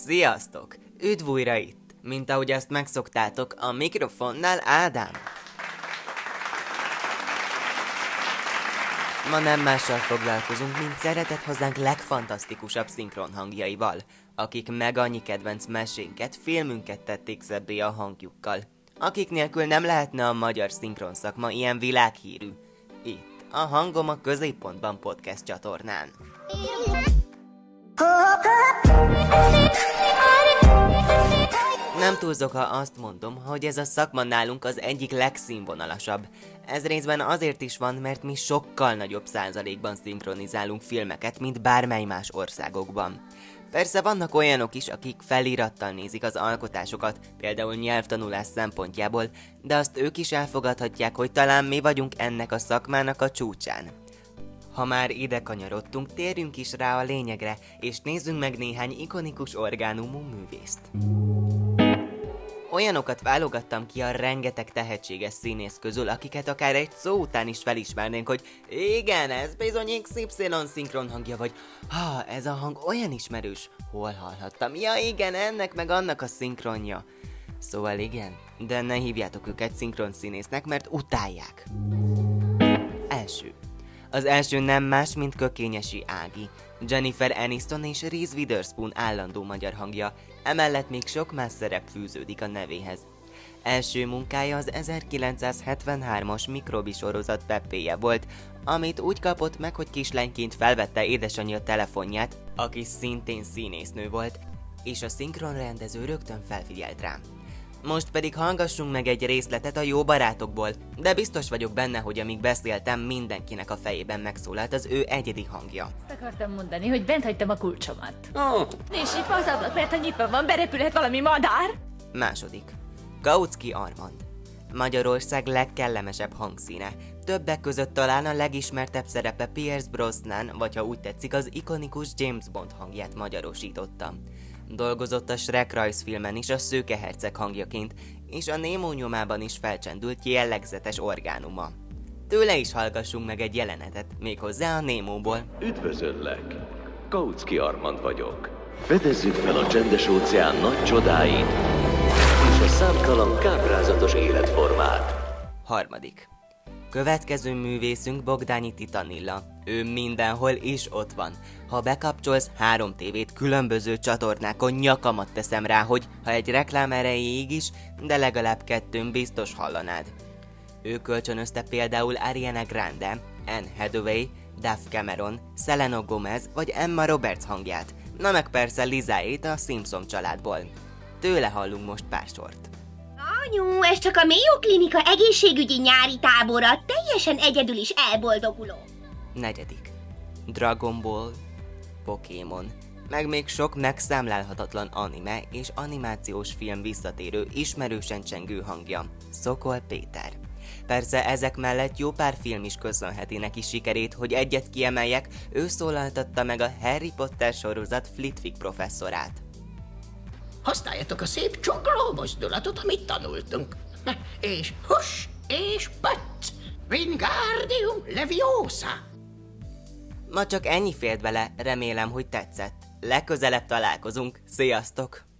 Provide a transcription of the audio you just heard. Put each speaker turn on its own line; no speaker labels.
Sziasztok! Üdv újra itt! Mint ahogy azt megszoktátok, a mikrofonnál Ádám. Ma nem mással foglalkozunk, mint szeretett hazánk legfantasztikusabb szinkronhangjaival, akik meg annyi kedvenc mesénket, filmünket tették szebbé a hangjukkal, akik nélkül nem lehetne a magyar szinkronszakma ilyen világhírű. Itt, a Hangom a Középpontban podcast csatornán. Nem túlzok, ha azt mondom, hogy ez a szakma nálunk az egyik legszínvonalasabb. Ez részben azért is van, mert mi sokkal nagyobb százalékban szinkronizálunk filmeket, mint bármely más országokban. Persze vannak olyanok is, akik felirattal nézik az alkotásokat, például nyelvtanulás szempontjából, de azt ők is elfogadhatják, hogy talán mi vagyunk ennek a szakmának a csúcsán. Ha már ide kanyarodtunk, térjünk is rá a lényegre, és nézzünk meg néhány ikonikus orgánumú művészt. Olyanokat válogattam ki a rengeteg tehetséges színész közül, akiket akár egy szó után is felismernénk, hogy igen, ez bizony XY szinkronhangja, vagy ez a hang olyan ismerős, hol hallhattam, ja igen, ennek meg annak a szinkronja. Szóval igen, de ne hívjátok őket szinkronszínésznek, mert utálják. Az első nem más, mint Kökényesi Ági, Jennifer Aniston és Reese Witherspoon állandó magyar hangja, emellett még sok más szerep fűződik a nevéhez. Első munkája az 1973-as Mikrobi sorozat Peppéje volt, amit úgy kapott meg, hogy kislányként felvette édesanyja telefonját, aki szintén színésznő volt, és a szinkronrendező rögtön felfigyelt rá. Most pedig hallgassunk meg egy részletet a Jó barátokból, de biztos vagyok benne, hogy amíg beszéltem, mindenkinek a fejében megszólalt az ő egyedi hangja.
Azt akartam mondani, hogy bent hagytam a kulcsomat. Nincs nyitva az ablak, mert ha nyitva van, berepülhet valami madár.
Második. Kautsky Armand. Magyarország legkellemesebb hangszíne. Többek között talán a legismertebb szerepe Pierce Brosnan, vagy ha úgy tetszik, az ikonikus James Bond hangját magyarosította. Dolgozott a Shrek rajzfilmen is a Szőke herceg hangjaként, és a Nemo nyomában is felcsendült jellegzetes orgánuma. Tőle is hallgassunk meg egy jelenetet, méghozzá a Némóból.
Üdvözöllek! Kautsky Armand vagyok. Fedezzük fel a csendes óceán nagy csodáit, és a számtalan káprázatos életformát.
Harmadik. Következő művészünk Bogdányi Titanilla. Ő mindenhol is ott van. Ha bekapcsolsz 3 tévét különböző csatornákon, nyakamat teszem rá, hogy ha egy reklám erejéig is, de legalább 2 biztos hallanád. Ő kölcsönözte például Ariana Grande, Anne Hathaway, Duff Cameron, Selena Gomez vagy Emma Roberts hangját, na meg persze Lizáét a Simpson családból. Tőle hallunk most pár sort.
Anyu, ez csak a Mayo Klinika egészségügyi nyári tábora, teljesen egyedül is elboldoguló.
Negyedik. Dragon Ball, Pokémon, meg még sok megszámlálhatatlan anime és animációs film visszatérő, ismerősen csengő hangja, Szokol Péter. Persze ezek mellett jó pár film is köszönheti neki sikerét, hogy egyet kiemeljek, ő szólaltatta meg a Harry Potter sorozat Flitwick professzorát.
Használjátok a szép csokló mozdulatot, amit tanultunk. És hus, és patsz! Wingardium Leviosa!
Ma csak ennyi fért bele, remélem, hogy tetszett. Legközelebb találkozunk, sziasztok!